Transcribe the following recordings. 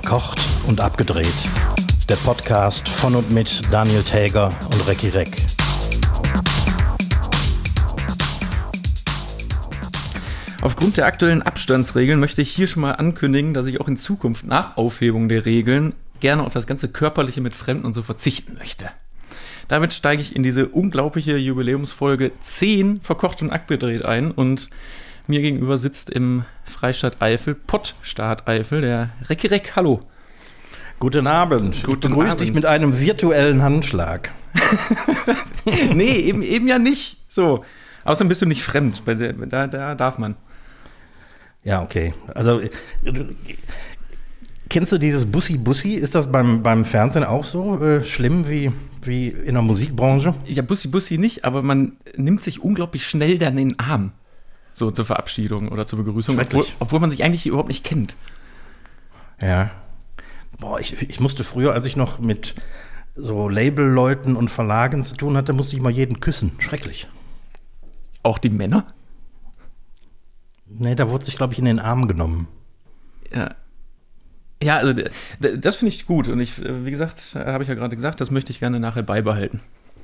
Verkocht und abgedreht. Der Podcast von und mit Daniel Täger und Recki Reck. Aufgrund der aktuellen Abstandsregeln möchte ich hier schon mal ankündigen, dass ich auch in Zukunft nach Aufhebung der Regeln gerne auf das ganze Körperliche mit Fremden und so verzichten möchte. Damit steige ich in diese unglaubliche Jubiläumsfolge 10 Verkocht und abgedreht ein und mir gegenüber sitzt im Freistaat Eifel, Pottstaat Eifel, der Recki Reck. Hallo. Guten Abend. Ich begrüße dich mit einem virtuellen Handschlag. Nee, eben ja nicht. So. Außerdem bist du nicht fremd. Da darf man. Ja, okay. Also, kennst du dieses Bussi-Bussi? Ist das beim Fernsehen auch so schlimm wie in der Musikbranche? Ja, Bussi-Bussi nicht, aber man nimmt sich unglaublich schnell dann in den Arm. So zur Verabschiedung oder zur Begrüßung, obwohl man sich eigentlich überhaupt nicht kennt. Ja. Boah, ich musste früher, als ich noch mit so Labelleuten und Verlagen zu tun hatte, musste ich mal jeden küssen. Schrecklich. Auch die Männer? Nee, da wurde sich, glaube ich, in den Arm genommen. Ja. Ja, also das finde ich gut. Und ich, wie gesagt, habe ich ja gerade gesagt, das möchte ich gerne nachher beibehalten.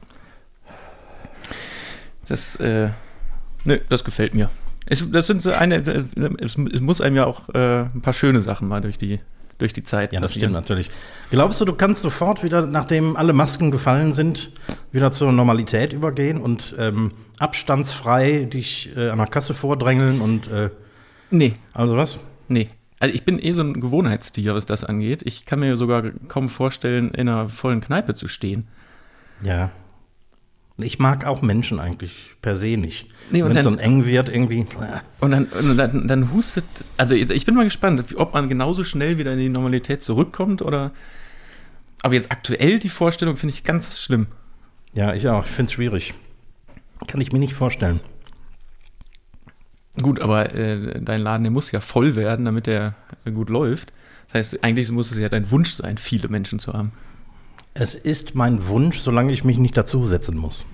Das gefällt mir. Es muss einem ja auch ein paar schöne Sachen mal durch die Zeit. Ja, das stimmt natürlich. Glaubst du kannst sofort wieder, nachdem alle Masken gefallen sind, wieder zur Normalität übergehen und abstandsfrei dich an der Kasse vordrängeln und Nee. Also was? Nee. Also ich bin so ein Gewohnheitstier, was das angeht. Ich kann mir sogar kaum vorstellen, in einer vollen Kneipe zu stehen. Ja. Ich mag auch Menschen eigentlich per se nicht. Nee, wenn es dann eng wird, irgendwie. Und dann hustet. Also ich bin mal gespannt, ob man genauso schnell wieder in die Normalität zurückkommt oder. Aber jetzt aktuell die Vorstellung finde ich ganz schlimm. Ja, ich auch. Ich finde es schwierig. Kann ich mir nicht vorstellen. Gut, aber dein Laden, der muss ja voll werden, damit der gut läuft. Das heißt, eigentlich muss es ja dein Wunsch sein, viele Menschen zu haben. Es ist mein Wunsch, solange ich mich nicht dazusetzen muss.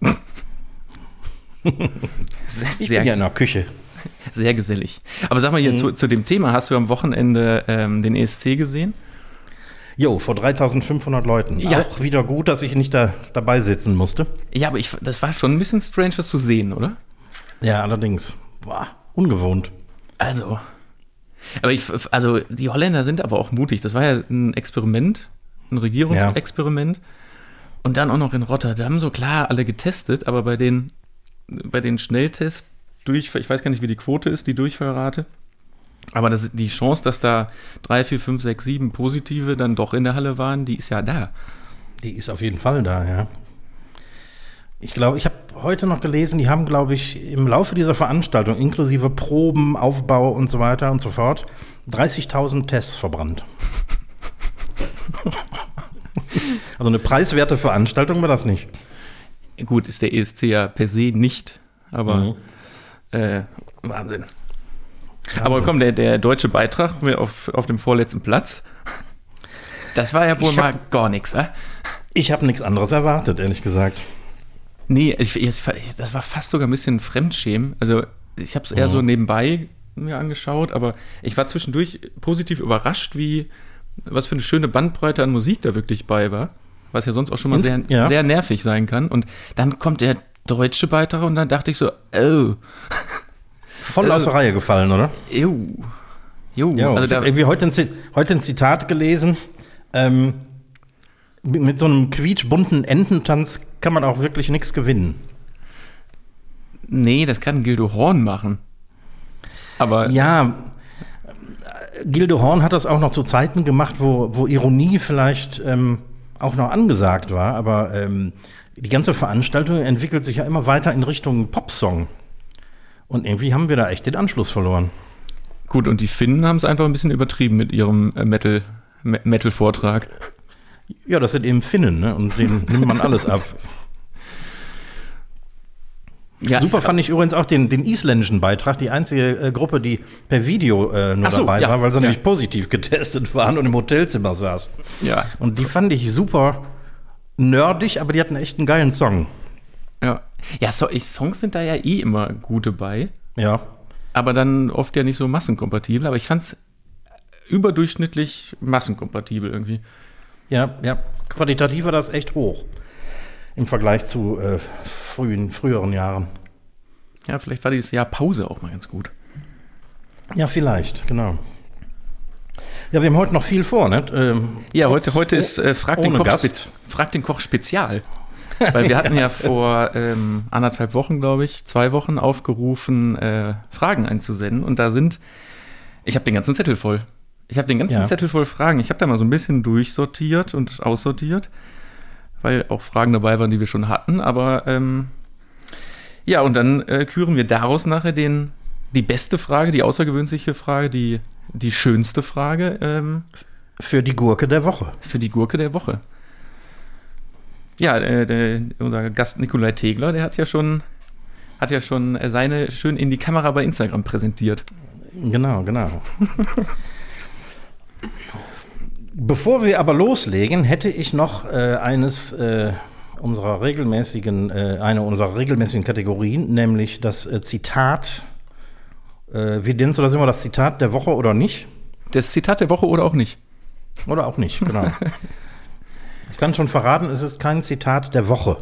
Ich bin ja in der Küche. Sehr gesellig. Aber sag mal hier, zu dem Thema, hast du am Wochenende den ESC gesehen? Jo, vor 3.500 Leuten. Ja. Auch wieder gut, dass ich nicht dabei sitzen musste. Ja, aber das war schon ein bisschen strange, das zu sehen, oder? Ja, allerdings. Boah, ungewohnt. Also die Holländer sind aber auch mutig. Das war ja ein Experiment. Ein Regierungsexperiment. Ja. Und dann auch noch in Rotterdam. So klar, alle getestet, aber bei den Schnelltests ich weiß gar nicht, wie die Quote ist, die Durchfallrate. Aber die Chance, dass da 3, 4, 5, 6, 7 Positive dann doch in der Halle waren, die ist ja da. Die ist auf jeden Fall da, ja. Ich glaube, ich habe heute noch gelesen, die haben, glaube ich, im Laufe dieser Veranstaltung, inklusive Proben, Aufbau und so weiter und so fort, 30.000 Tests verbrannt. Also eine preiswerte Veranstaltung war das nicht. Gut, ist der ESC ja per se nicht, aber Wahnsinn. Aber komm, der deutsche Beitrag auf dem vorletzten Platz, das war ja wohl mal gar nichts, wa? Ich habe nichts anderes erwartet, ehrlich gesagt. Nee, das war fast sogar ein bisschen Fremdschämen. Also ich habe es eher so nebenbei mir angeschaut, aber ich war zwischendurch positiv überrascht, was für eine schöne Bandbreite an Musik da wirklich bei war, was ja sonst auch schon mal sehr nervig sein kann. Und dann kommt der deutsche Beitrag und dann dachte ich so, oh. Voll aus der Reihe gefallen, oder? Jo. Also ich habe irgendwie heute ein Zitat gelesen, mit so einem quietschbunten Ententanz kann man auch wirklich nichts gewinnen. Nee, das kann Gildo Horn machen. Aber ja, Gildo Horn hat das auch noch zu Zeiten gemacht, wo Ironie vielleicht auch noch angesagt war, aber die ganze Veranstaltung entwickelt sich ja immer weiter in Richtung Popsong. Und irgendwie haben wir da echt den Anschluss verloren. Gut, und die Finnen haben es einfach ein bisschen übertrieben mit ihrem Metal-Vortrag. Ja, das sind eben Finnen, ne? Und denen nimmt man alles ab. Ja, super fand ich übrigens auch den isländischen Beitrag, die einzige Gruppe, die per Video dabei war, weil sie nämlich positiv getestet waren und im Hotelzimmer saß. Ja. Und die fand ich super nerdig, aber die hatten echt einen geilen Song. Ja, Songs sind da ja immer gute bei. Ja. Aber dann oft ja nicht so massenkompatibel. Aber ich fand's überdurchschnittlich massenkompatibel irgendwie. Ja, qualitativ war das echt hoch im Vergleich zu früheren Jahren. Ja, vielleicht war dieses Jahr Pause auch mal ganz gut. Ja, vielleicht, genau. Ja, wir haben heute noch viel vor, ne? Ja, heute ist Frag den Koch Spezial. Weil wir hatten ja vor 1,5 Wochen, glaube ich, 2 Wochen aufgerufen, Fragen einzusenden. Und ich habe den ganzen Zettel voll. Zettel voll Fragen. Ich habe da mal so ein bisschen durchsortiert und aussortiert, weil auch Fragen dabei waren, die wir schon hatten. Aber ja, und dann küren wir daraus nachher die beste Frage, die außergewöhnliche Frage, die schönste Frage. Für die Gurke der Woche. Für die Gurke der Woche. Ja, unser Gast Nikolai Tegler, der hat ja schon seine schön in die Kamera bei Instagram präsentiert. Genau. Bevor wir aber loslegen, hätte ich noch eine unserer regelmäßigen Kategorien, nämlich das Zitat. Wie nennst du das immer, das Zitat der Woche oder nicht? Das Zitat der Woche oder auch nicht? Oder auch nicht, genau. Ich kann schon verraten, es ist kein Zitat der Woche.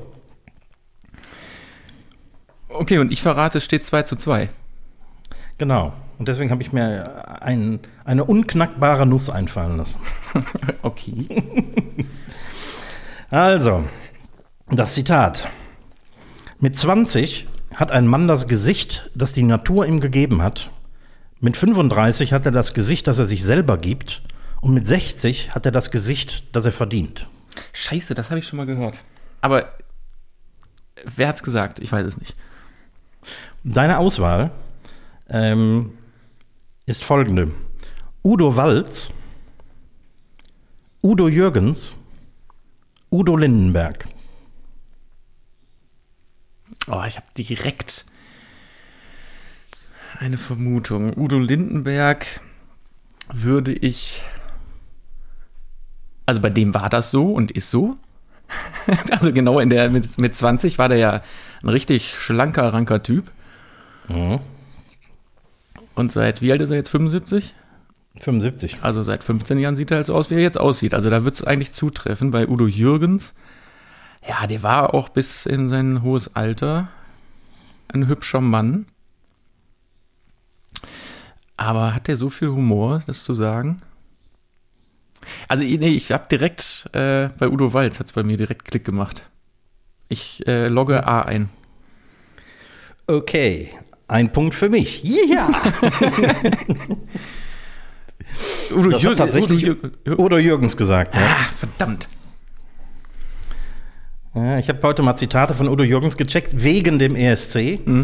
Okay, und ich verrate, es steht 2:2. Genau. Und deswegen habe ich mir eine unknackbare Nuss einfallen lassen. Okay. Also, das Zitat. Mit 20 hat ein Mann das Gesicht, das die Natur ihm gegeben hat. Mit 35 hat er das Gesicht, das er sich selber gibt. Und mit 60 hat er das Gesicht, das er verdient. Scheiße, das habe ich schon mal gehört. Aber wer hat's gesagt? Ich weiß es nicht. Deine Auswahl ist folgende. Udo Walz, Udo Jürgens, Udo Lindenberg. Oh, ich habe direkt eine Vermutung. Udo Lindenberg würde ich... Also bei dem war das so und ist so. Also genau mit 20 war der ja ein richtig schlanker, ranker Typ. Mhm. Und wie alt ist er jetzt? 75? 75. Also seit 15 Jahren sieht er halt so aus, wie er jetzt aussieht. Also da wird es eigentlich zutreffen. Bei Udo Jürgens, ja, der war auch bis in sein hohes Alter ein hübscher Mann. Aber hat der so viel Humor, das zu sagen? Also ich habe direkt, bei Udo Walz hat es bei mir direkt Klick gemacht. Ich logge A ein. Okay, ein Punkt für mich. Ja! Das hat tatsächlich Udo Jürgens gesagt. Ja. Ah, verdammt. Ja, ich habe heute mal Zitate von Udo Jürgens gecheckt, wegen dem ESC. Mhm.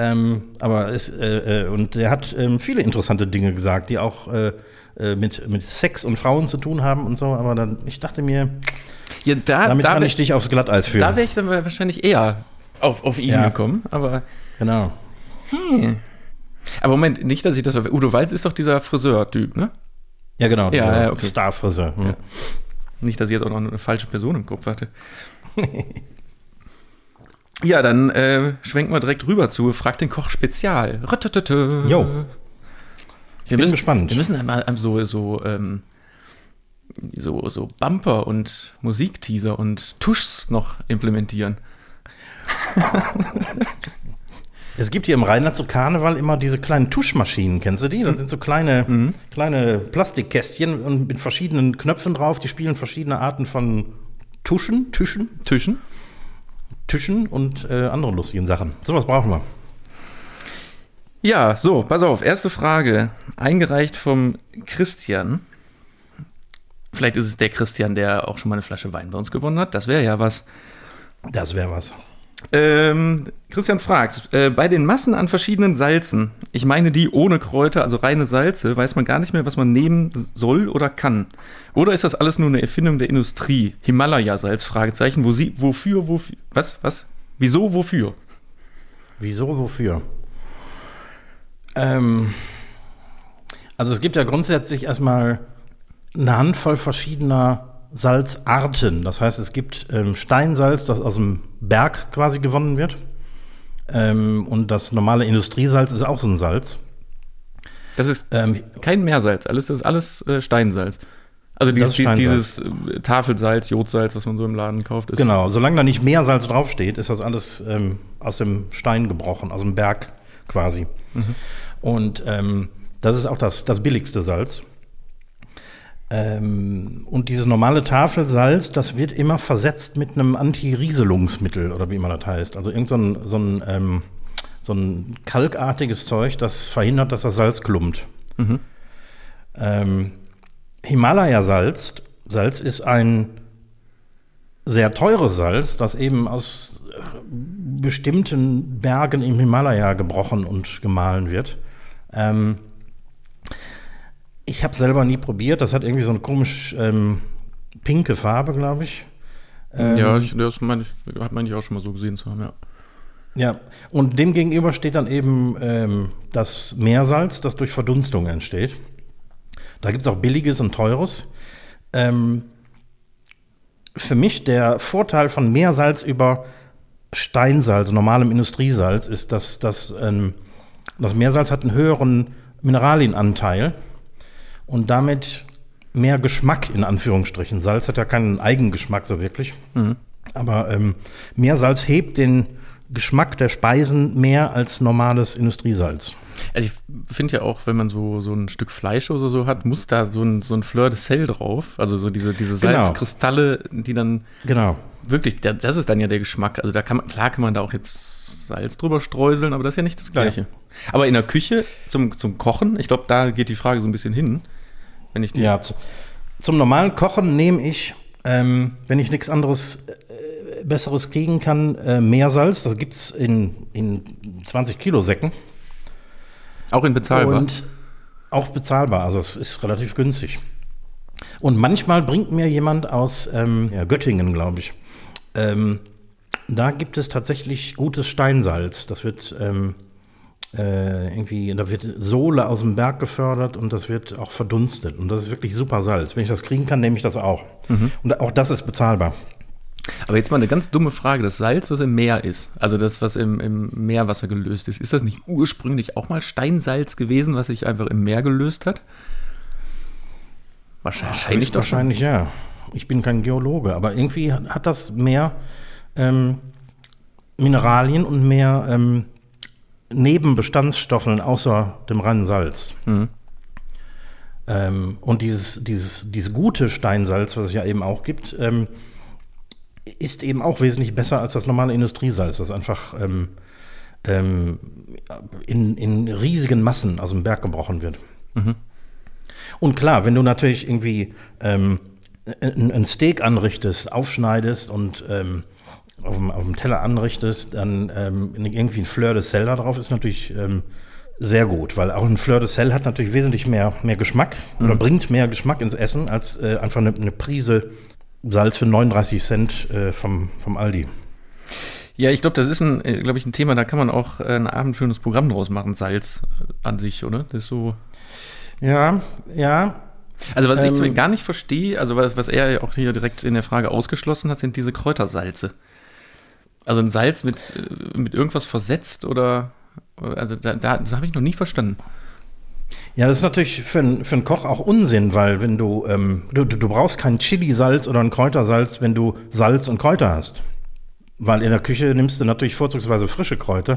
Und er hat viele interessante Dinge gesagt, die auch mit Sex und Frauen zu tun haben und so. Aber ich dachte mir, ja, damit kann ich dich aufs Glatteis führen. Da wäre ich dann wahrscheinlich eher auf ihn gekommen. Aber genau. Aber Moment, nicht, dass ich das... Udo Walz ist doch dieser Friseur-Typ, ne? Ja, genau. Ja, okay. Star-Friseur. Ja. Nicht, dass ich jetzt auch noch eine falsche Person im Kopf hatte. Ja, dann schwenken wir direkt rüber zu Frag den Koch Spezial. Jo. Ich bin gespannt. Wir müssen einmal so Bumper und Musikteaser und Tuschs noch implementieren. Es gibt hier im Rheinland zu Karneval immer diese kleinen Tuschmaschinen, kennst du die? Das sind so kleine Plastikkästchen und mit verschiedenen Knöpfen drauf, die spielen verschiedene Arten von Tischen und anderen lustigen Sachen. Sowas brauchen wir. Ja, so, pass auf, erste Frage, eingereicht vom Christian. Vielleicht ist es der Christian, der auch schon mal eine Flasche Wein bei uns gewonnen hat. Das wäre ja was. Das wäre was. Christian fragt, bei den Massen an verschiedenen Salzen, ich meine die ohne Kräuter, also reine Salze, weiß man gar nicht mehr, was man nehmen soll oder kann. Oder ist das alles nur eine Erfindung der Industrie? Himalaya-Salz, Fragezeichen, wofür? Was? Wieso, wofür? Wieso, wofür? Also es gibt ja grundsätzlich erstmal eine Handvoll verschiedener Salzarten. Das heißt, es gibt Steinsalz, das aus dem Berg quasi gewonnen wird. Und das normale Industriesalz ist auch so ein Salz. Das ist kein Meersalz, das ist alles Steinsalz. Also dieses Tafelsalz, Jodsalz, was man so im Laden kauft. Ist genau, solange da nicht Meersalz draufsteht, ist das alles aus dem Stein gebrochen, aus dem Berg quasi. Mhm. Und das ist auch das billigste Salz. Und dieses normale Tafelsalz, das wird immer versetzt mit einem Anti-Rieselungsmittel oder wie immer das heißt. Also irgend so ein kalkartiges Zeug, das verhindert, dass das Salz klumpt. Mhm. Himalaya-Salz ist ein sehr teures Salz, das eben aus bestimmten Bergen im Himalaya gebrochen und gemahlen wird. Ich habe es selber nie probiert. Das hat irgendwie so eine komisch pinke Farbe, glaube ich. Das meine ich auch schon mal so gesehen zu haben, ja. Ja, und dem gegenüber steht dann eben das Meersalz, das durch Verdunstung entsteht. Da gibt es auch billiges und teures. Für mich der Vorteil von Meersalz über Steinsalz, normalem Industriesalz, ist, dass das Meersalz hat einen höheren Mineralienanteil und damit mehr Geschmack in Anführungsstrichen. Salz hat ja keinen Eigengeschmack so wirklich. Mhm. Aber Meersalz hebt den Geschmack der Speisen mehr als normales Industriesalz. Also ich finde ja auch, wenn man so ein Stück Fleisch oder so hat, muss da so ein Fleur de Sel drauf. Also so diese Salzkristalle, die dann wirklich, das ist dann ja der Geschmack. Also kann man da auch jetzt Salz drüber streuseln, aber das ist ja nicht das Gleiche. Ja. Aber in der Küche zum Kochen, ich glaube, da geht die Frage so ein bisschen hin. Zum normalen Kochen nehme ich, wenn ich nichts anderes Besseres kriegen kann, Meersalz. Das gibt es in 20 Kilo Säcken. Auch in bezahlbar? Und auch bezahlbar, also es ist relativ günstig. Und manchmal bringt mir jemand aus Göttingen, glaube ich. Da gibt es tatsächlich gutes Steinsalz. Das wird da wird Sohle aus dem Berg gefördert und das wird auch verdunstet. Und das ist wirklich super Salz. Wenn ich das kriegen kann, nehme ich das auch. Mhm. Und auch das ist bezahlbar. Aber jetzt mal eine ganz dumme Frage. Das Salz, was im Meer ist, also das, was im Meerwasser gelöst ist das nicht ursprünglich auch mal Steinsalz gewesen, was sich einfach im Meer gelöst hat? Wahrscheinlich, ja. Ich bin kein Geologe, aber irgendwie hat das mehr Mineralien und mehr Nebenbestandsstoffen außer dem reinen Salz. Mhm. Und dieses gute Steinsalz, was es ja eben auch gibt, ist eben auch wesentlich besser als das normale Industriesalz, das einfach in riesigen Massen aus dem Berg gebrochen wird. Mhm. Und klar, wenn du natürlich irgendwie ein Steak anrichtest, aufschneidest und auf dem Teller anrichtest, dann irgendwie ein Fleur de Sel da drauf ist natürlich sehr gut, weil auch ein Fleur de Sel hat natürlich wesentlich mehr Geschmack oder bringt mehr Geschmack ins Essen als einfach eine Prise Salz für 39 Cent vom Aldi. Ja, ich glaube, das ist ein Thema, da kann man auch ein abendfüllendes Programm draus machen, Salz an sich, oder? Das ist so. Ja. Also was ich gar nicht verstehe, also was er ja auch hier direkt in der Frage ausgeschlossen hat, sind diese Kräutersalze. Also ein Salz mit irgendwas versetzt oder, also das habe ich noch nie verstanden. Ja, das ist natürlich für einen Koch auch Unsinn, weil wenn du brauchst kein Chili-Salz oder ein Kräutersalz, wenn du Salz und Kräuter hast. Weil in der Küche nimmst du natürlich vorzugsweise frische Kräuter.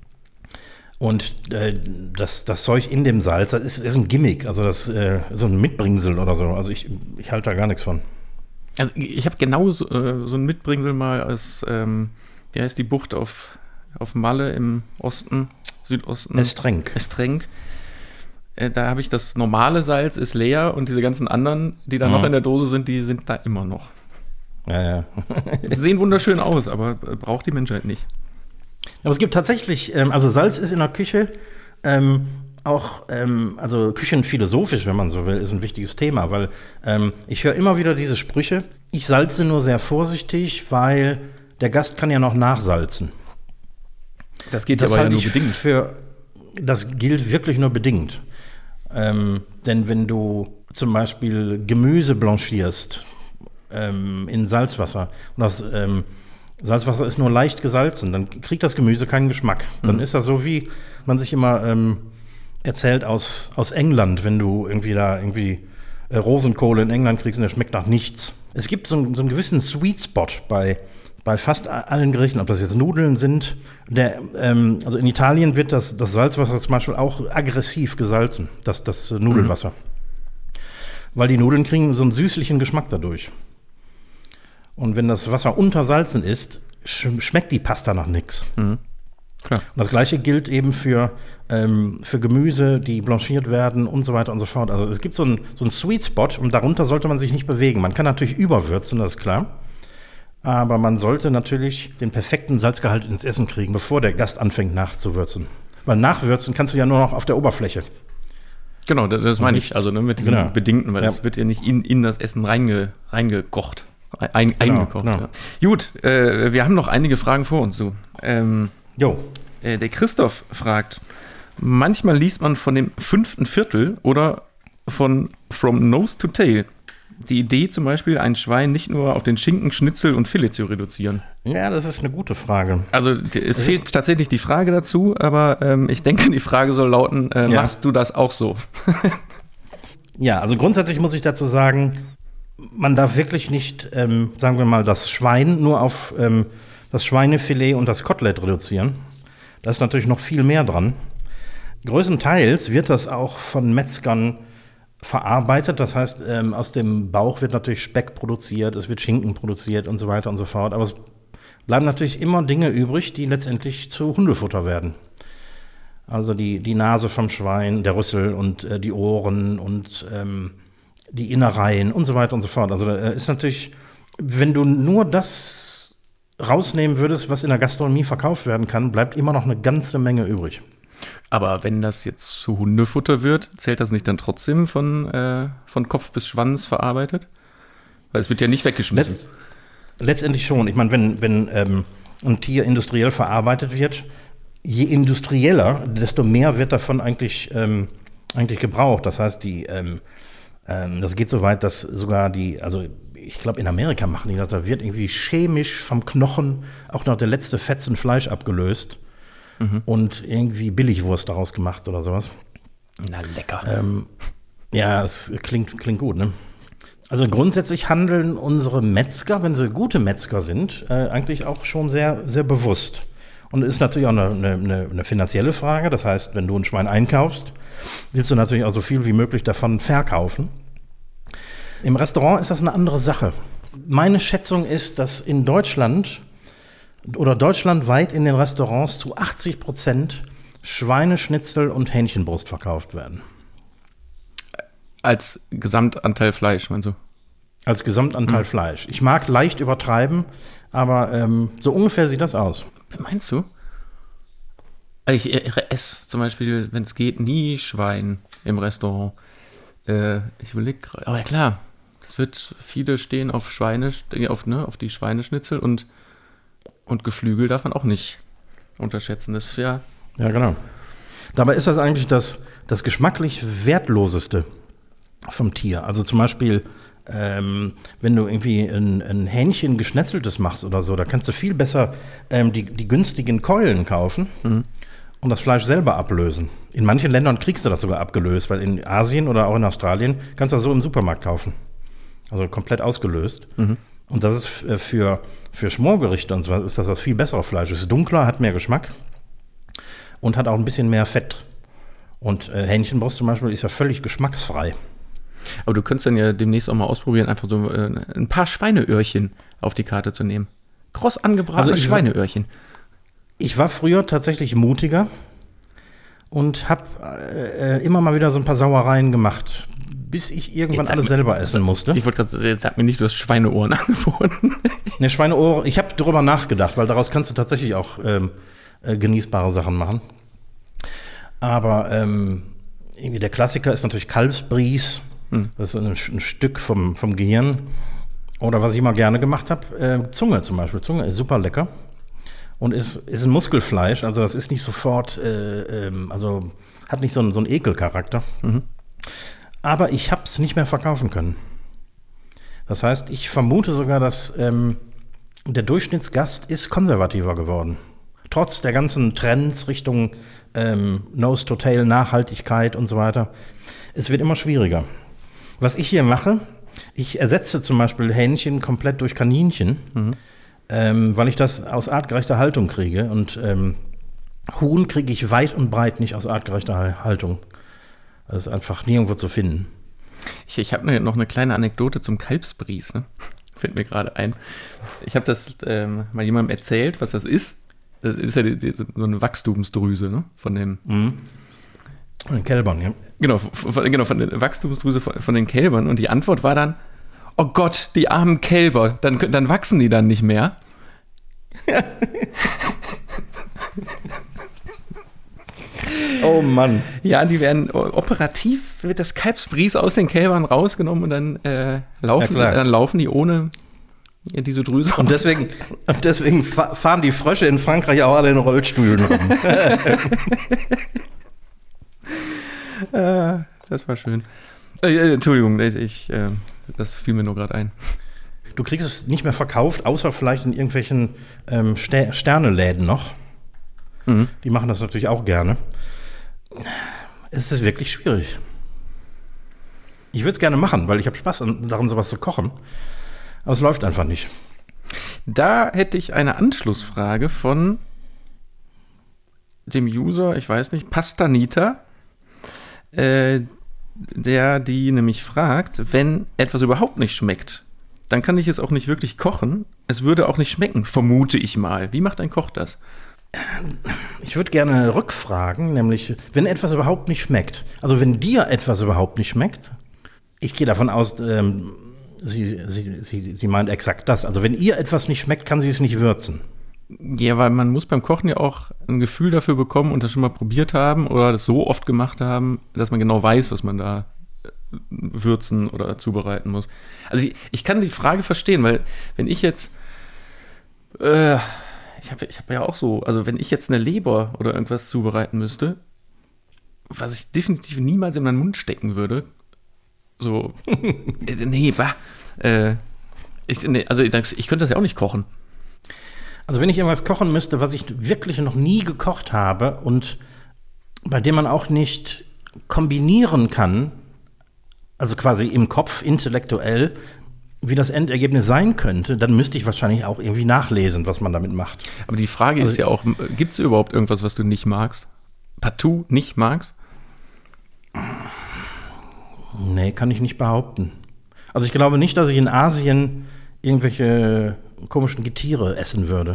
Und das Zeug in dem Salz, das ist ein Gimmick, also das so ein Mitbringsel oder so. Also ich halte da gar nichts von. Also ich habe genau so ein Mitbringsel mal aus, wie heißt die Bucht auf Malle im Osten, Südosten? Estrenk. Da habe ich das normale Salz ist leer und diese ganzen anderen, die da noch in der Dose sind, die sind da immer noch. Ja. Die sehen wunderschön aus, aber braucht die Menschheit nicht. Aber es gibt tatsächlich, also Salz ist in der Küche auch, also küchenphilosophisch, wenn man so will, ist ein wichtiges Thema, weil ich höre immer wieder diese Sprüche, ich salze nur sehr vorsichtig, weil der Gast kann ja noch nachsalzen. Das geht aber ja nur bedingt. Das gilt wirklich nur bedingt. Denn wenn du zum Beispiel Gemüse blanchierst in Salzwasser und das Salzwasser ist nur leicht gesalzen, dann kriegt das Gemüse keinen Geschmack. Dann ist das so, wie man sich immer erzählt aus England, wenn du irgendwie Rosenkohle in England kriegst und der schmeckt nach nichts. Es gibt so einen gewissen Sweet Spot bei fast allen Gerichten, ob das jetzt Nudeln sind. Also in Italien wird das Salzwasser zum Beispiel auch aggressiv gesalzen, das Nudelwasser. Weil die Nudeln kriegen so einen süßlichen Geschmack dadurch. Und wenn das Wasser untersalzen ist, schmeckt die Pasta nach nichts. Mhm. Klar. Und das Gleiche gilt eben für Gemüse, die blanchiert werden und so weiter und so fort. Also es gibt so einen Sweet Spot und darunter sollte man sich nicht bewegen. Man kann natürlich überwürzen, das ist klar. Aber man sollte natürlich den perfekten Salzgehalt ins Essen kriegen, bevor der Gast anfängt nachzuwürzen. Weil nachwürzen kannst du ja nur noch auf der Oberfläche. Genau, das meine ich. Also mit diesem Bedingten, weil das wird ja nicht in das Essen reingekocht. Eingekocht. Genau. Ja. Gut, wir haben noch einige Fragen vor uns. Der Christoph fragt, manchmal liest man von dem 5. Viertel oder von From Nose to Tail. Die Idee zum Beispiel, ein Schwein nicht nur auf den Schinken, Schnitzel und Filet zu reduzieren. Ja, das ist eine gute Frage. Also es fehlt tatsächlich die Frage dazu, aber ich denke, die Frage soll lauten, machst du das auch so? Ja, also grundsätzlich muss ich dazu sagen, man darf wirklich nicht, sagen wir mal, das Schwein nur auf das Schweinefilet und das Kotelett reduzieren. Da ist natürlich noch viel mehr dran. Größtenteils wird das auch von Metzgern verarbeitet. Das heißt, aus dem Bauch wird natürlich Speck produziert, es wird Schinken produziert und so weiter und so fort. Aber es bleiben natürlich immer Dinge übrig, die letztendlich zu Hundefutter werden. Also die Nase vom Schwein, der Rüssel und die Ohren und die Innereien und so weiter und so fort. Also da ist natürlich, wenn du nur das rausnehmen würdest, was in der Gastronomie verkauft werden kann, bleibt immer noch eine ganze Menge übrig. Aber wenn das jetzt zu Hundefutter wird, zählt das nicht dann trotzdem von Kopf bis Schwanz verarbeitet? Weil es wird ja nicht weggeschmissen. Letztendlich schon. Ich meine, wenn ein Tier industriell verarbeitet wird, je industrieller, desto mehr wird davon eigentlich gebraucht. Das heißt, das geht so weit, dass sogar also ich glaube, in Amerika machen die das, da wird irgendwie chemisch vom Knochen auch noch der letzte Fetzen Fleisch abgelöst. Und irgendwie Billigwurst daraus gemacht oder sowas. Na, lecker. Ja, es klingt gut, ne? Also grundsätzlich handeln unsere Metzger, wenn sie gute Metzger sind, eigentlich auch schon sehr, sehr bewusst. Und es ist natürlich auch eine finanzielle Frage. Das heißt, wenn du ein Schwein einkaufst, willst du natürlich auch so viel wie möglich davon verkaufen. Im Restaurant ist das eine andere Sache. Meine Schätzung ist, dass in Deutschland oder deutschlandweit in den Restaurants zu 80% Schweineschnitzel und Hähnchenbrust verkauft werden. Als Gesamtanteil Fleisch, meinst du? Als Gesamtanteil Fleisch. Ich mag leicht übertreiben, aber so ungefähr sieht das aus. Meinst du? Ich esse zum Beispiel, wenn es geht, nie Schwein im Restaurant. Ich überlege gerade, aber ja klar, viele stehen auf auf die Schweineschnitzel und Geflügel darf man auch nicht unterschätzen. Das ist ja genau. Dabei ist das eigentlich das geschmacklich Wertloseste vom Tier. Also zum Beispiel, wenn du irgendwie ein Hähnchen geschnetzeltes machst oder so, da kannst du viel besser die günstigen Keulen kaufen und das Fleisch selber ablösen. In manchen Ländern kriegst du das sogar abgelöst, weil in Asien oder auch in Australien kannst du das so im Supermarkt kaufen. Also komplett ausgelöst. Und das ist für Schmorgerichte und so ist das viel bessere Fleisch. Es ist dunkler, hat mehr Geschmack und hat auch ein bisschen mehr Fett. Und Hähnchenbrust zum Beispiel ist ja völlig geschmacksfrei. Aber du könntest dann ja demnächst auch mal ausprobieren, einfach so ein paar Schweineöhrchen auf die Karte zu nehmen. Kross angebratene Schweineöhrchen. Ich war früher tatsächlich mutiger und habe immer mal wieder so ein paar Sauereien gemacht, bis ich irgendwann alles selber essen musste. Ich wollte gerade sagen, jetzt sag mir nicht, du hast Schweineohren angeboten. Ne, Schweineohren, ich habe darüber nachgedacht, weil daraus kannst du tatsächlich auch genießbare Sachen machen. Aber irgendwie der Klassiker ist natürlich Kalbsbries. Das ist ein Stück vom Gehirn. Oder was ich immer gerne gemacht habe, Zunge zum Beispiel. Zunge ist super lecker und ist ein Muskelfleisch. Also das ist nicht sofort, also hat nicht so einen Ekelcharakter. Aber ich habe es nicht mehr verkaufen können. Das heißt, ich vermute sogar, dass der Durchschnittsgast ist konservativer geworden. trotz der ganzen Trends Richtung Nose-to-Tail, Nachhaltigkeit und so weiter, es wird immer schwieriger. Was ich hier mache, ich ersetze zum Beispiel Hähnchen komplett durch Kaninchen, weil ich das aus artgerechter Haltung kriege. Und Huhn kriege ich weit und breit nicht aus artgerechter Haltung. Das ist einfach nirgendwo zu finden. Ich habe noch eine kleine Anekdote zum Kalbsbries, ne? Fällt mir gerade ein. Ich habe das mal jemandem erzählt, was das ist. Das ist ja so eine Wachstumsdrüse, ne? Von den Kälbern, ja. Genau, von der Wachstumsdrüse von den Kälbern. Und die Antwort war dann, oh Gott, die armen Kälber, dann wachsen die dann nicht mehr. Oh Mann. Ja, die werden operativ, wird das Kalbsbries aus den Kälbern rausgenommen und dann laufen die ohne diese Drüse. Und deswegen fahren die Frösche in Frankreich auch alle in Rollstühlen rum. Das war schön. Entschuldigung, das fiel mir nur gerade ein. Du kriegst es nicht mehr verkauft, außer vielleicht in irgendwelchen Sterneläden noch. Die machen das natürlich auch gerne. Es ist wirklich schwierig. Ich würde es gerne machen, weil ich habe Spaß daran, sowas zu kochen. Aber es läuft einfach nicht. Da hätte ich eine Anschlussfrage von dem User, ich weiß nicht, Pastanita, die nämlich fragt, wenn etwas überhaupt nicht schmeckt, dann kann ich es auch nicht wirklich kochen. Es würde auch nicht schmecken, vermute ich mal. Wie macht ein Koch das? Ich würde gerne rückfragen, nämlich, wenn etwas überhaupt nicht schmeckt, also wenn dir etwas überhaupt nicht schmeckt, ich gehe davon aus, sie meint exakt das. Also wenn ihr etwas nicht schmeckt, kann sie es nicht würzen. Ja, weil man muss beim Kochen ja auch ein Gefühl dafür bekommen und das schon mal probiert haben oder das so oft gemacht haben, dass man genau weiß, was man da würzen oder zubereiten muss. Also ich kann die Frage verstehen, weil wenn ich jetzt ich hab ja auch so, also wenn ich jetzt eine Leber oder irgendwas zubereiten müsste, was ich definitiv niemals in meinen Mund stecken würde, so, nee, ich könnte das ja auch nicht kochen. Also wenn ich irgendwas kochen müsste, was ich wirklich noch nie gekocht habe und bei dem man auch nicht kombinieren kann, also quasi im Kopf intellektuell, wie das Endergebnis sein könnte, dann müsste ich wahrscheinlich auch irgendwie nachlesen, was man damit macht. Aber die Frage ist ja auch, gibt es überhaupt irgendwas, was du nicht magst? Partout nicht magst? Nee, kann ich nicht behaupten. Also ich glaube nicht, dass ich in Asien irgendwelche komischen Getiere essen würde.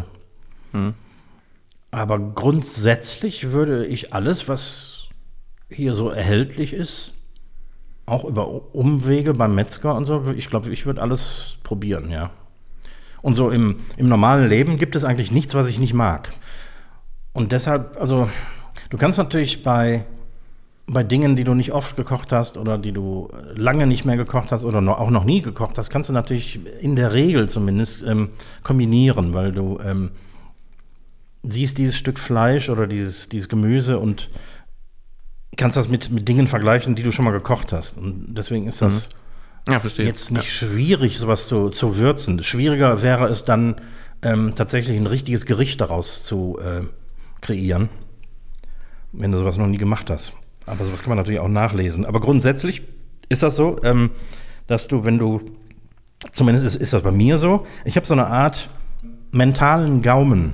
Aber grundsätzlich würde ich alles, was hier so erhältlich ist, auch über Umwege beim Metzger und so, ich glaube, ich würde alles probieren, ja. Und so im normalen Leben gibt es eigentlich nichts, was ich nicht mag. Und deshalb, also du kannst natürlich bei Dingen, die du nicht oft gekocht hast oder die du lange nicht mehr gekocht hast oder auch noch nie gekocht hast, kannst du natürlich in der Regel zumindest kombinieren, weil du siehst dieses Stück Fleisch oder dieses Gemüse und kannst das mit Dingen vergleichen, die du schon mal gekocht hast. Und deswegen ist das jetzt nicht schwierig, sowas zu würzen. Schwieriger wäre es dann, tatsächlich ein richtiges Gericht daraus zu kreieren, wenn du sowas noch nie gemacht hast. Aber sowas kann man natürlich auch nachlesen. Aber grundsätzlich ist das so, dass du, zumindest ist das bei mir so, ich habe so eine Art mentalen Gaumen.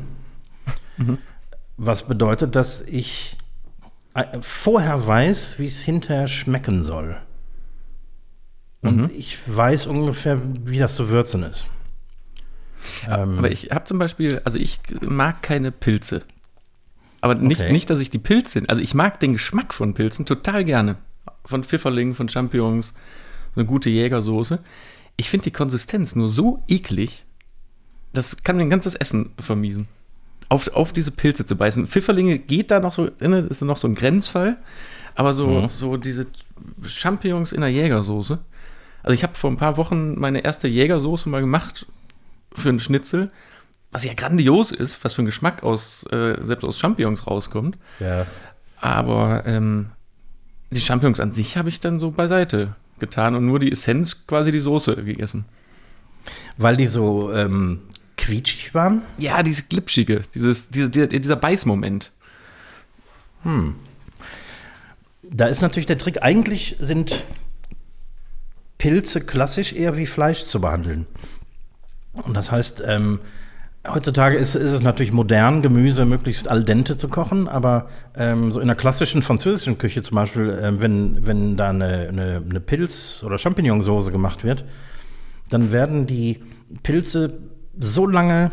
Was bedeutet, dass ich vorher weiß, wie es hinterher schmecken soll. Und ich weiß ungefähr, wie das zu würzen ist. Aber ich habe zum Beispiel, also ich mag keine Pilze. Aber nicht, dass ich die Pilze, also ich mag den Geschmack von Pilzen total gerne. Von Pfifferlingen, von Champignons, so eine gute Jägersoße. Ich finde die Konsistenz nur so eklig, das kann mir ein ganzes Essen vermiesen. Auf diese Pilze zu beißen. Pfifferlinge geht da noch so, ist noch so ein Grenzfall, aber so diese Champignons in der Jägersoße. Also ich habe vor ein paar Wochen meine erste Jägersoße mal gemacht für einen Schnitzel, was ja grandios ist, was für ein Geschmack selbst aus Champignons rauskommt. Ja. Aber die Champignons an sich habe ich dann so beiseite getan und nur die Essenz, quasi die Soße gegessen. Weil die so quietschig waren? Ja, dieses Glitschige, dieser Beißmoment. Da ist natürlich der Trick, eigentlich sind Pilze klassisch eher wie Fleisch zu behandeln. Und das heißt, heutzutage ist es natürlich modern, Gemüse möglichst al dente zu kochen, aber so in der klassischen französischen Küche zum Beispiel, wenn da eine Pilz- oder Champignonsauce gemacht wird, dann werden die Pilze so lange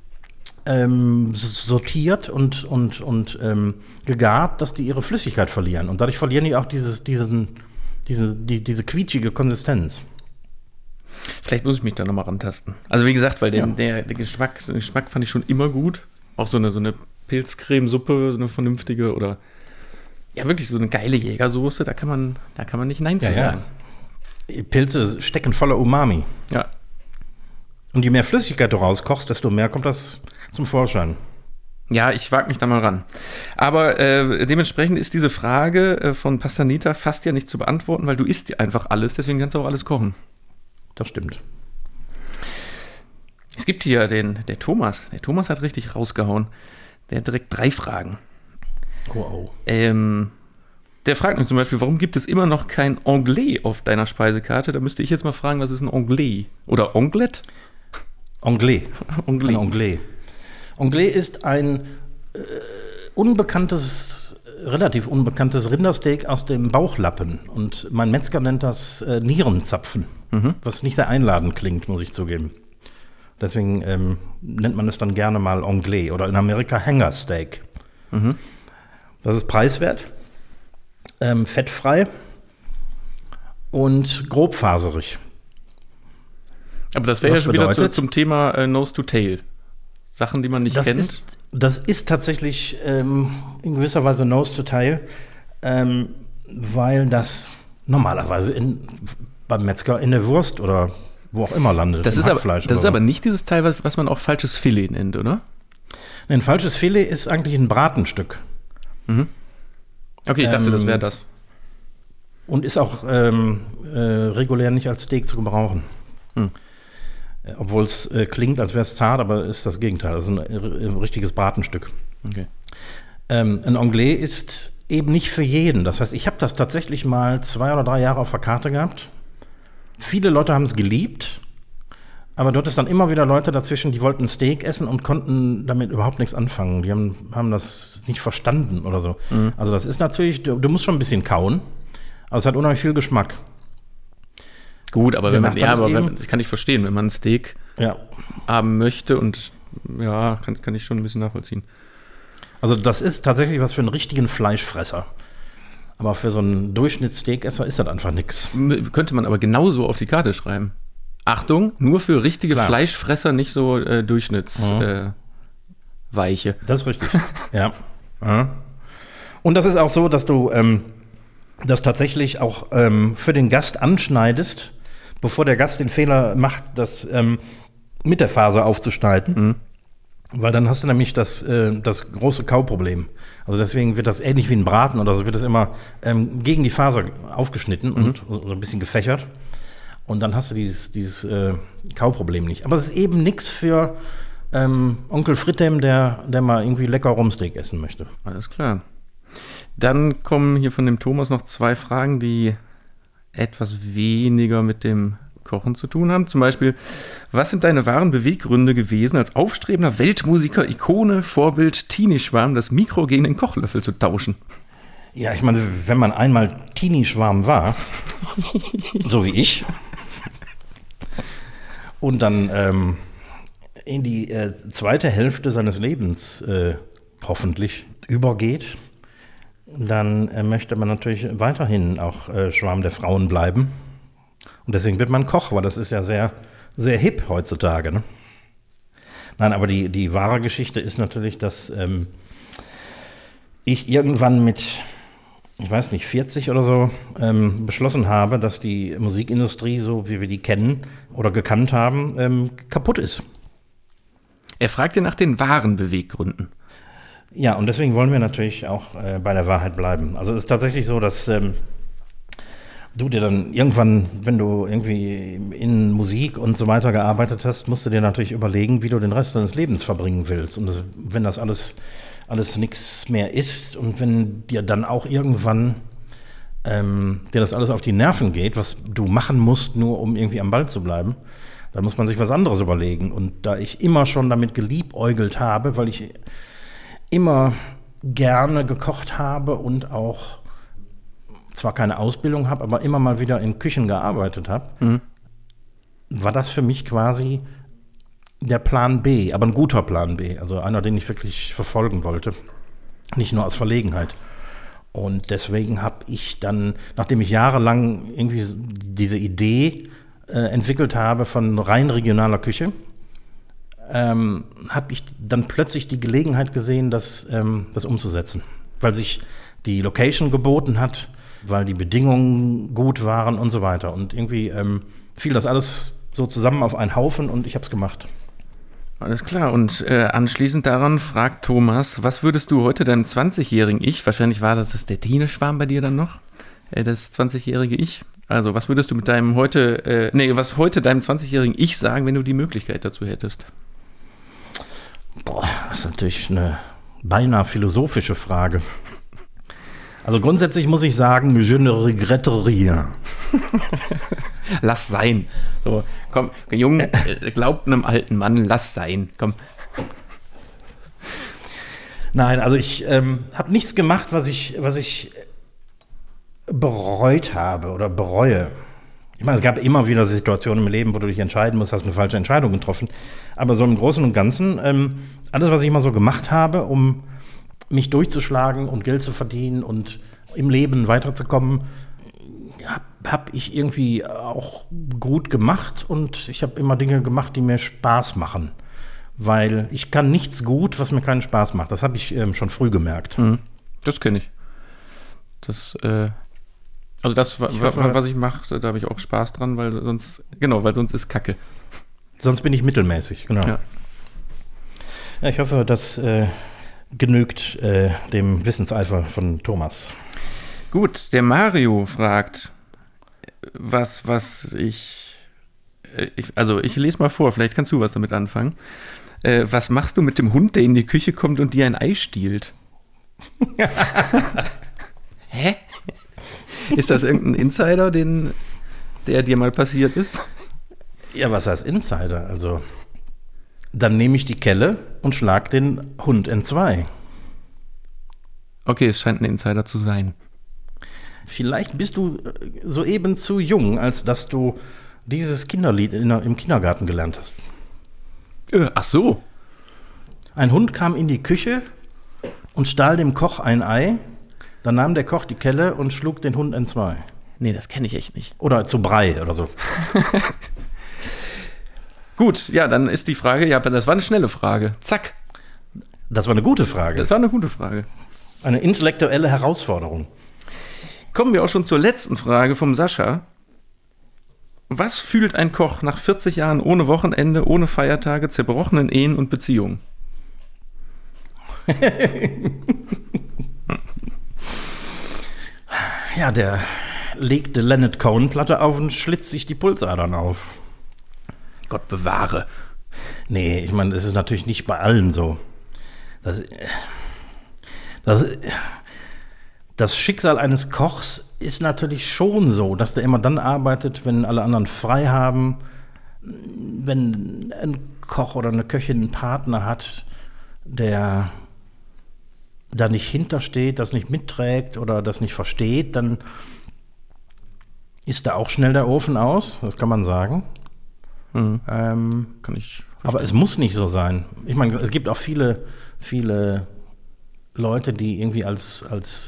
sortiert und gegart, dass die ihre Flüssigkeit verlieren. Und dadurch verlieren die auch diese quietschige Konsistenz. Vielleicht muss ich mich da nochmal rantasten. Also wie gesagt, weil der Geschmack fand ich schon immer gut. Auch so eine Pilzcremesuppe, so eine vernünftige oder ja wirklich so eine geile Jägersoße, da kann man nicht Nein zu sagen. Pilze stecken voller Umami. Ja. Und je mehr Flüssigkeit du rauskochst, desto mehr kommt das zum Vorschein. Ja, ich wage mich da mal ran. Aber dementsprechend ist diese Frage von Pastanita fast ja nicht zu beantworten, weil du isst ja einfach alles, deswegen kannst du auch alles kochen. Das stimmt. Es gibt hier der Thomas. Der Thomas hat richtig rausgehauen. Der hat direkt 3 Fragen. Wow. Der fragt mich zum Beispiel, warum gibt es immer noch kein Anglais auf deiner Speisekarte? Da müsste ich jetzt mal fragen, was ist ein Anglais? Oder Onglet? Anglais. Ein Anglais. Anglais ist ein relativ unbekanntes Rindersteak aus dem Bauchlappen. Und mein Metzger nennt das Nierenzapfen, was nicht sehr einladend klingt, muss ich zugeben. Deswegen nennt man es dann gerne mal Anglais oder in Amerika Hangersteak. Das ist preiswert, fettfrei und grobfaserig. Aber das wäre ja schon wieder zum Thema Nose to Tail. Sachen, die man nicht kennt. Das ist tatsächlich in gewisser Weise Nose to Tail, weil das normalerweise beim Metzger in der Wurst oder wo auch immer landet. Das ist aber nicht dieses Teil, was man auch falsches Filet nennt, oder? Ein falsches Filet ist eigentlich ein Bratenstück. Okay, ich dachte, das wäre das. Und ist auch regulär nicht als Steak zu gebrauchen. Obwohl es klingt, als wäre es zart, aber ist das Gegenteil. Das ist ein richtiges Bratenstück. Okay. Ein Anglais ist eben nicht für jeden. Das heißt, ich habe das tatsächlich mal 2 oder 3 Jahre auf der Karte gehabt. Viele Leute haben es geliebt, aber dort ist dann immer wieder Leute dazwischen, die wollten Steak essen und konnten damit überhaupt nichts anfangen. Die haben das nicht verstanden oder so. Also das ist natürlich, du musst schon ein bisschen kauen, aber es hat unheimlich viel Geschmack. Gut, aber das kann ich verstehen, wenn man ein Steak haben möchte und ja, kann ich schon ein bisschen nachvollziehen. Also das ist tatsächlich was für einen richtigen Fleischfresser. Aber für so einen Durchschnittssteakesser ist das einfach nichts. Könnte man aber genauso auf die Karte schreiben. Achtung, nur für richtige Fleischfresser, nicht so Durchschnittsweiche. Das ist richtig, ja. Und das ist auch so, dass du das tatsächlich auch für den Gast anschneidest, bevor der Gast den Fehler macht, das mit der Faser aufzuschneiden. Weil dann hast du nämlich das große Kauproblem. Also deswegen wird das ähnlich wie ein Braten oder so, wird das immer gegen die Faser aufgeschnitten und so ein bisschen gefächert. Und dann hast du dieses Kauproblem nicht. Aber es ist eben nichts für Onkel Fritem, der mal irgendwie lecker Rumsteak essen möchte. Alles klar. Dann kommen hier von dem Thomas noch 2 Fragen, die etwas weniger mit dem Kochen zu tun haben. Zum Beispiel, was sind deine wahren Beweggründe gewesen, als aufstrebender Weltmusiker, Ikone, Vorbild, Teenie-Schwarm das Mikro gegen den Kochlöffel zu tauschen? Ja, ich meine, wenn man einmal Teenie-Schwarm war, so wie ich, und dann in die zweite Hälfte seines Lebens hoffentlich übergeht, dann möchte man natürlich weiterhin auch Schwarm der Frauen bleiben. Und deswegen wird man Koch, weil das ist ja sehr, sehr hip heutzutage. Ne? Nein, aber die wahre Geschichte ist natürlich, dass ich irgendwann mit, ich weiß nicht, 40 oder so beschlossen habe, dass die Musikindustrie, so wie wir die kennen oder gekannt haben, kaputt ist. Er fragt ja nach den wahren Beweggründen. Ja, und deswegen wollen wir natürlich auch bei der Wahrheit bleiben. Also es ist tatsächlich so, dass du dir dann irgendwann, wenn du irgendwie in Musik und so weiter gearbeitet hast, musst du dir natürlich überlegen, wie du den Rest deines Lebens verbringen willst. Und wenn das alles nichts mehr ist und wenn dir dann auch irgendwann dir das alles auf die Nerven geht, was du machen musst, nur um irgendwie am Ball zu bleiben, dann muss man sich was anderes überlegen. Und da ich immer schon damit geliebäugelt habe, weil ich immer gerne gekocht habe und auch zwar keine Ausbildung habe, aber immer mal wieder in Küchen gearbeitet habe, war das für mich quasi der Plan B, aber ein guter Plan B, also einer, den ich wirklich verfolgen wollte, nicht nur aus Verlegenheit. Und deswegen habe ich dann, nachdem ich jahrelang irgendwie diese Idee entwickelt habe von rein regionaler Küche, habe ich dann plötzlich die Gelegenheit gesehen, das umzusetzen, weil sich die Location geboten hat, weil die Bedingungen gut waren und so weiter. Und irgendwie fiel das alles so zusammen auf einen Haufen und ich habe es gemacht. Alles klar. Und anschließend daran fragt Thomas, was würdest du heute deinem 20-jährigen Ich, wahrscheinlich war das der Teenschwarm bei dir dann noch, das 20-jährige Ich, also was würdest du mit deinem was heute deinem 20-jährigen Ich sagen, wenn du die Möglichkeit dazu hättest? Boah, das ist natürlich eine beinahe philosophische Frage. Also grundsätzlich muss ich sagen, je ne regrette rien. Lass sein. So, komm, Junge, glaubt einem alten Mann, lass sein. Komm. Nein, also ich habe nichts gemacht, was ich bereut habe oder bereue. Ich meine, es gab immer wieder Situationen im Leben, wo du dich entscheiden musst, hast eine falsche Entscheidung getroffen. Aber so im Großen und Ganzen, alles, was ich immer so gemacht habe, um mich durchzuschlagen und Geld zu verdienen und im Leben weiterzukommen, habe ich irgendwie auch gut gemacht und ich habe immer Dinge gemacht, die mir Spaß machen. Weil ich kann nichts gut, was mir keinen Spaß macht. Das habe ich schon früh gemerkt. Das kenne ich. Was ich mache, da habe ich auch Spaß dran, weil sonst ist Kacke. Sonst bin ich mittelmäßig, genau. Ja, ich hoffe, das genügt dem Wissenseifer von Thomas. Gut, der Mario fragt, ich lese mal vor, vielleicht kannst du was damit anfangen. Was machst du mit dem Hund, der in die Küche kommt und dir ein Ei stiehlt? Hä? Ist das irgendein Insider, der dir mal passiert ist? Ja, was heißt Insider? Also, dann nehme ich die Kelle und schlag den Hund entzwei. Okay, es scheint ein Insider zu sein. Vielleicht bist du soeben zu jung, als dass du dieses Kinderlied im Kindergarten gelernt hast. Ach so. Ein Hund kam in die Küche und stahl dem Koch ein Ei. Dann nahm der Koch die Kelle und schlug den Hund entzwei. Nee, das kenne ich echt nicht. Oder zu Brei oder so. Gut, ja, dann ist die Frage, ja, das war eine schnelle Frage. Zack. Das war eine gute Frage. Das war eine gute Frage. Eine intellektuelle Herausforderung. Kommen wir auch schon zur letzten Frage vom Sascha. Was fühlt ein Koch nach 40 Jahren ohne Wochenende, ohne Feiertage, zerbrochenen Ehen und Beziehungen? Ja, der legt eine Leonard Cohen-Platte auf und schlitzt sich die Pulsadern auf. Gott bewahre. Nee, ich meine, das ist natürlich nicht bei allen so. Das Schicksal eines Kochs ist natürlich schon so, dass der immer dann arbeitet, wenn alle anderen frei haben. Wenn ein Koch oder eine Köchin einen Partner hat, der da nicht hintersteht, das nicht mitträgt oder das nicht versteht, dann ist da auch schnell der Ofen aus, das kann man sagen. Kann ich verstehen. Aber es muss nicht so sein. Ich meine, es gibt auch viele Leute, die irgendwie als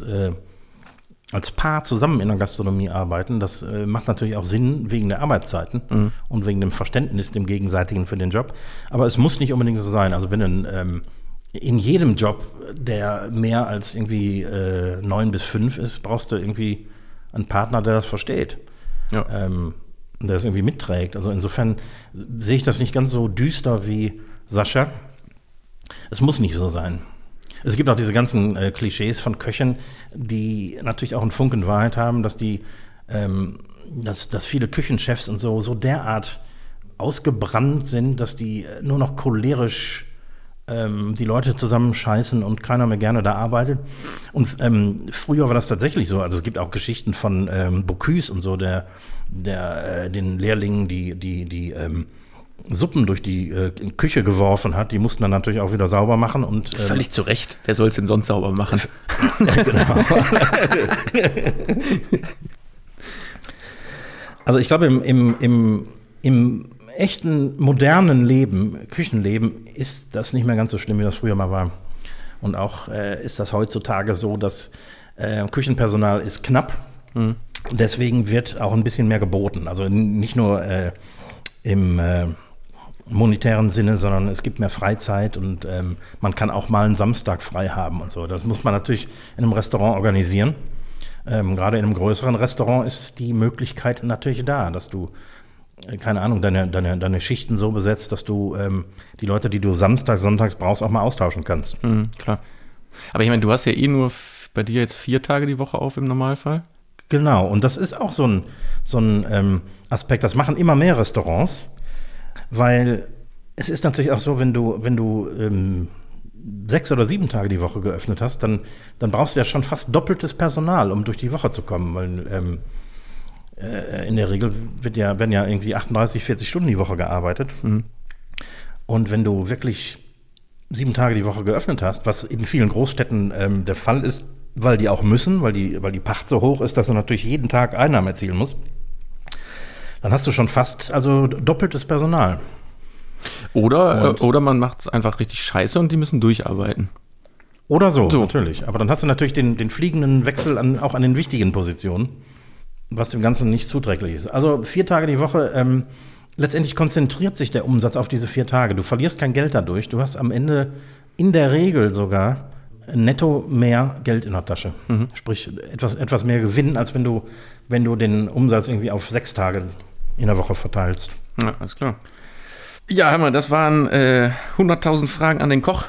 Paar zusammen in der Gastronomie arbeiten. Das macht natürlich auch Sinn wegen der Arbeitszeiten und wegen dem Verständnis, dem Gegenseitigen für den Job. Aber es muss nicht unbedingt so sein. Also wenn in jedem Job, der mehr als irgendwie 9 bis 5 ist, brauchst du irgendwie einen Partner, der das versteht. Ja. Der das irgendwie mitträgt. Also insofern sehe ich das nicht ganz so düster wie Sascha. Es muss nicht so sein. Es gibt auch diese ganzen Klischees von Köchen, die natürlich auch einen Funken Wahrheit haben, dass die dass viele Küchenchefs und so derart ausgebrannt sind, dass die nur noch cholerisch die Leute zusammenscheißen und keiner mehr gerne da arbeitet. Und früher war das tatsächlich so. Also es gibt auch Geschichten von Bocuse und so, der den Lehrlingen die Suppen durch die Küche geworfen hat. Die mussten dann natürlich auch wieder sauber machen. Und völlig zu Recht. Wer soll es denn sonst sauber machen? Genau. Also ich glaube, im echten modernen Leben, Küchenleben, ist das nicht mehr ganz so schlimm, wie das früher mal war. Und auch ist das heutzutage so, dass Küchenpersonal ist knapp. Mhm. Deswegen wird auch ein bisschen mehr geboten. Also nicht nur im monetären Sinne, sondern es gibt mehr Freizeit und man kann auch mal einen Samstag frei haben und so. Das muss man natürlich in einem Restaurant organisieren. Gerade in einem größeren Restaurant ist die Möglichkeit natürlich da, dass du keine Ahnung, deine Schichten so besetzt, dass du die Leute, die du samstags, sonntags brauchst, auch mal austauschen kannst. Klar. Aber ich meine, du hast ja nur bei dir jetzt 4 Tage die Woche auf im Normalfall. Genau, und das ist auch so ein Aspekt, das machen immer mehr Restaurants, weil es ist natürlich auch so, wenn du 6 oder 7 Tage die Woche geöffnet hast, dann brauchst du ja schon fast doppeltes Personal, um durch die Woche zu kommen, weil in der Regel werden ja irgendwie 38, 40 Stunden die Woche gearbeitet. Mhm. Und wenn du wirklich 7 Tage die Woche geöffnet hast, was in vielen Großstädten der Fall ist, weil die auch müssen, weil die Pacht so hoch ist, dass du natürlich jeden Tag Einnahmen erzielen musst, dann hast du schon fast doppeltes Personal. Oder man macht es einfach richtig scheiße und die müssen durcharbeiten. Oder so, natürlich. Aber dann hast du natürlich den fliegenden Wechsel auch an den wichtigen Positionen, was dem Ganzen nicht zuträglich ist. Also 4 Tage die Woche, letztendlich konzentriert sich der Umsatz auf diese 4 Tage. Du verlierst kein Geld dadurch. Du hast am Ende in der Regel sogar netto mehr Geld in der Tasche. Mhm. Sprich, etwas mehr Gewinn, als wenn du den Umsatz irgendwie auf 6 Tage in der Woche verteilst. Ja, alles klar. Ja, hör mal, das waren 100.000 Fragen an den Koch.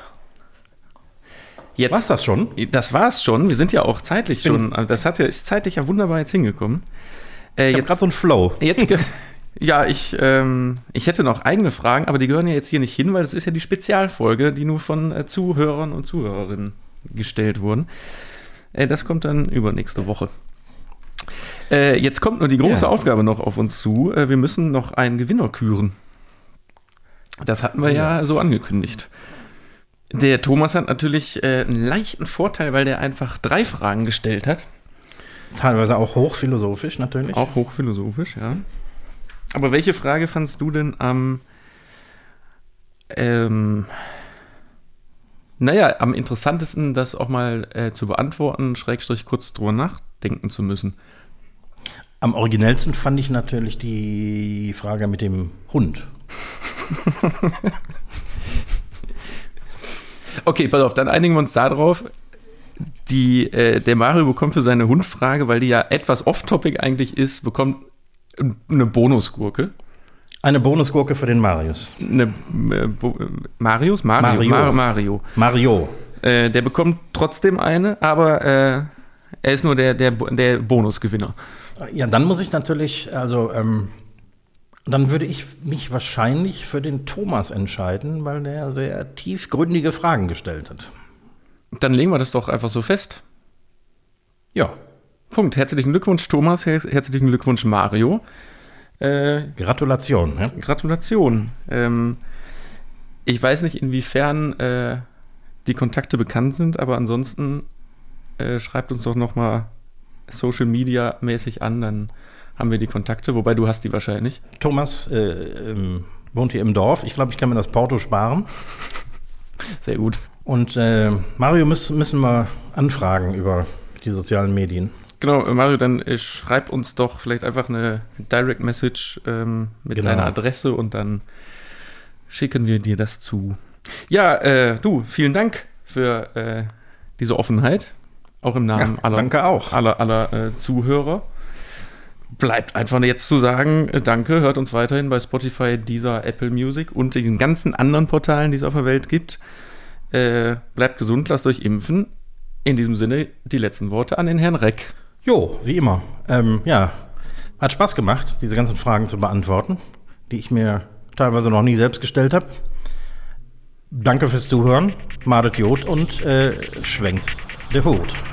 War's das schon? Das war's schon. Wir sind ja auch zeitlich schon. Das ist zeitlich ja wunderbar jetzt hingekommen. Ich habe gerade so einen Flow. Ja, ich hätte noch eigene Fragen, aber die gehören ja jetzt hier nicht hin, weil das ist ja die Spezialfolge, die nur von Zuhörern und Zuhörerinnen gestellt wurden. Das kommt dann übernächste Woche. Jetzt kommt nur die große Aufgabe noch auf uns zu. Wir müssen noch einen Gewinner küren. Das hatten wir ja so angekündigt. Der Thomas hat natürlich einen leichten Vorteil, weil der einfach 3 Fragen gestellt hat. Teilweise auch hochphilosophisch natürlich. Auch hochphilosophisch, ja. Aber welche Frage fandst du denn am interessantesten, das auch mal zu beantworten, / kurz drüber nachdenken zu müssen? Am originellsten fand ich natürlich die Frage mit dem Hund. Okay, pass auf, dann einigen wir uns darauf. Der Mario bekommt für seine Hundfrage, weil die ja etwas off-topic eigentlich ist, bekommt eine Bonusgurke. Eine Bonusgurke für den Marius. Mario. Der bekommt trotzdem eine, aber er ist nur der Bonusgewinner. Ja, dann muss ich natürlich, dann würde ich mich wahrscheinlich für den Thomas entscheiden, weil der sehr tiefgründige Fragen gestellt hat. Dann legen wir das doch einfach so fest. Ja. Punkt. Herzlichen Glückwunsch, Thomas. Herzlichen Glückwunsch, Mario. Gratulation. Ja? Gratulation. Ich weiß nicht, inwiefern die Kontakte bekannt sind, aber ansonsten schreibt uns doch nochmal Social Media mäßig an, dann haben wir die Kontakte, wobei du hast die wahrscheinlich. Thomas wohnt hier im Dorf. Ich glaube, ich kann mir das Porto sparen. Sehr gut. Und Mario müssen wir anfragen über die sozialen Medien. Genau, Mario, dann schreib uns doch vielleicht einfach eine Direct Message mit deiner Adresse und dann schicken wir dir das zu. Ja, du, vielen Dank für diese Offenheit, auch im Namen aller Zuhörer. Bleibt einfach jetzt zu sagen, danke, hört uns weiterhin bei Spotify, Deezer, Apple Music und den ganzen anderen Portalen, die es auf der Welt gibt. Bleibt gesund, lasst euch impfen. In diesem Sinne die letzten Worte an den Herrn Reck. Jo, wie immer. Hat Spaß gemacht, diese ganzen Fragen zu beantworten, die ich mir teilweise noch nie selbst gestellt habe. Danke fürs Zuhören, Madet Jod und schwenkt der Hut.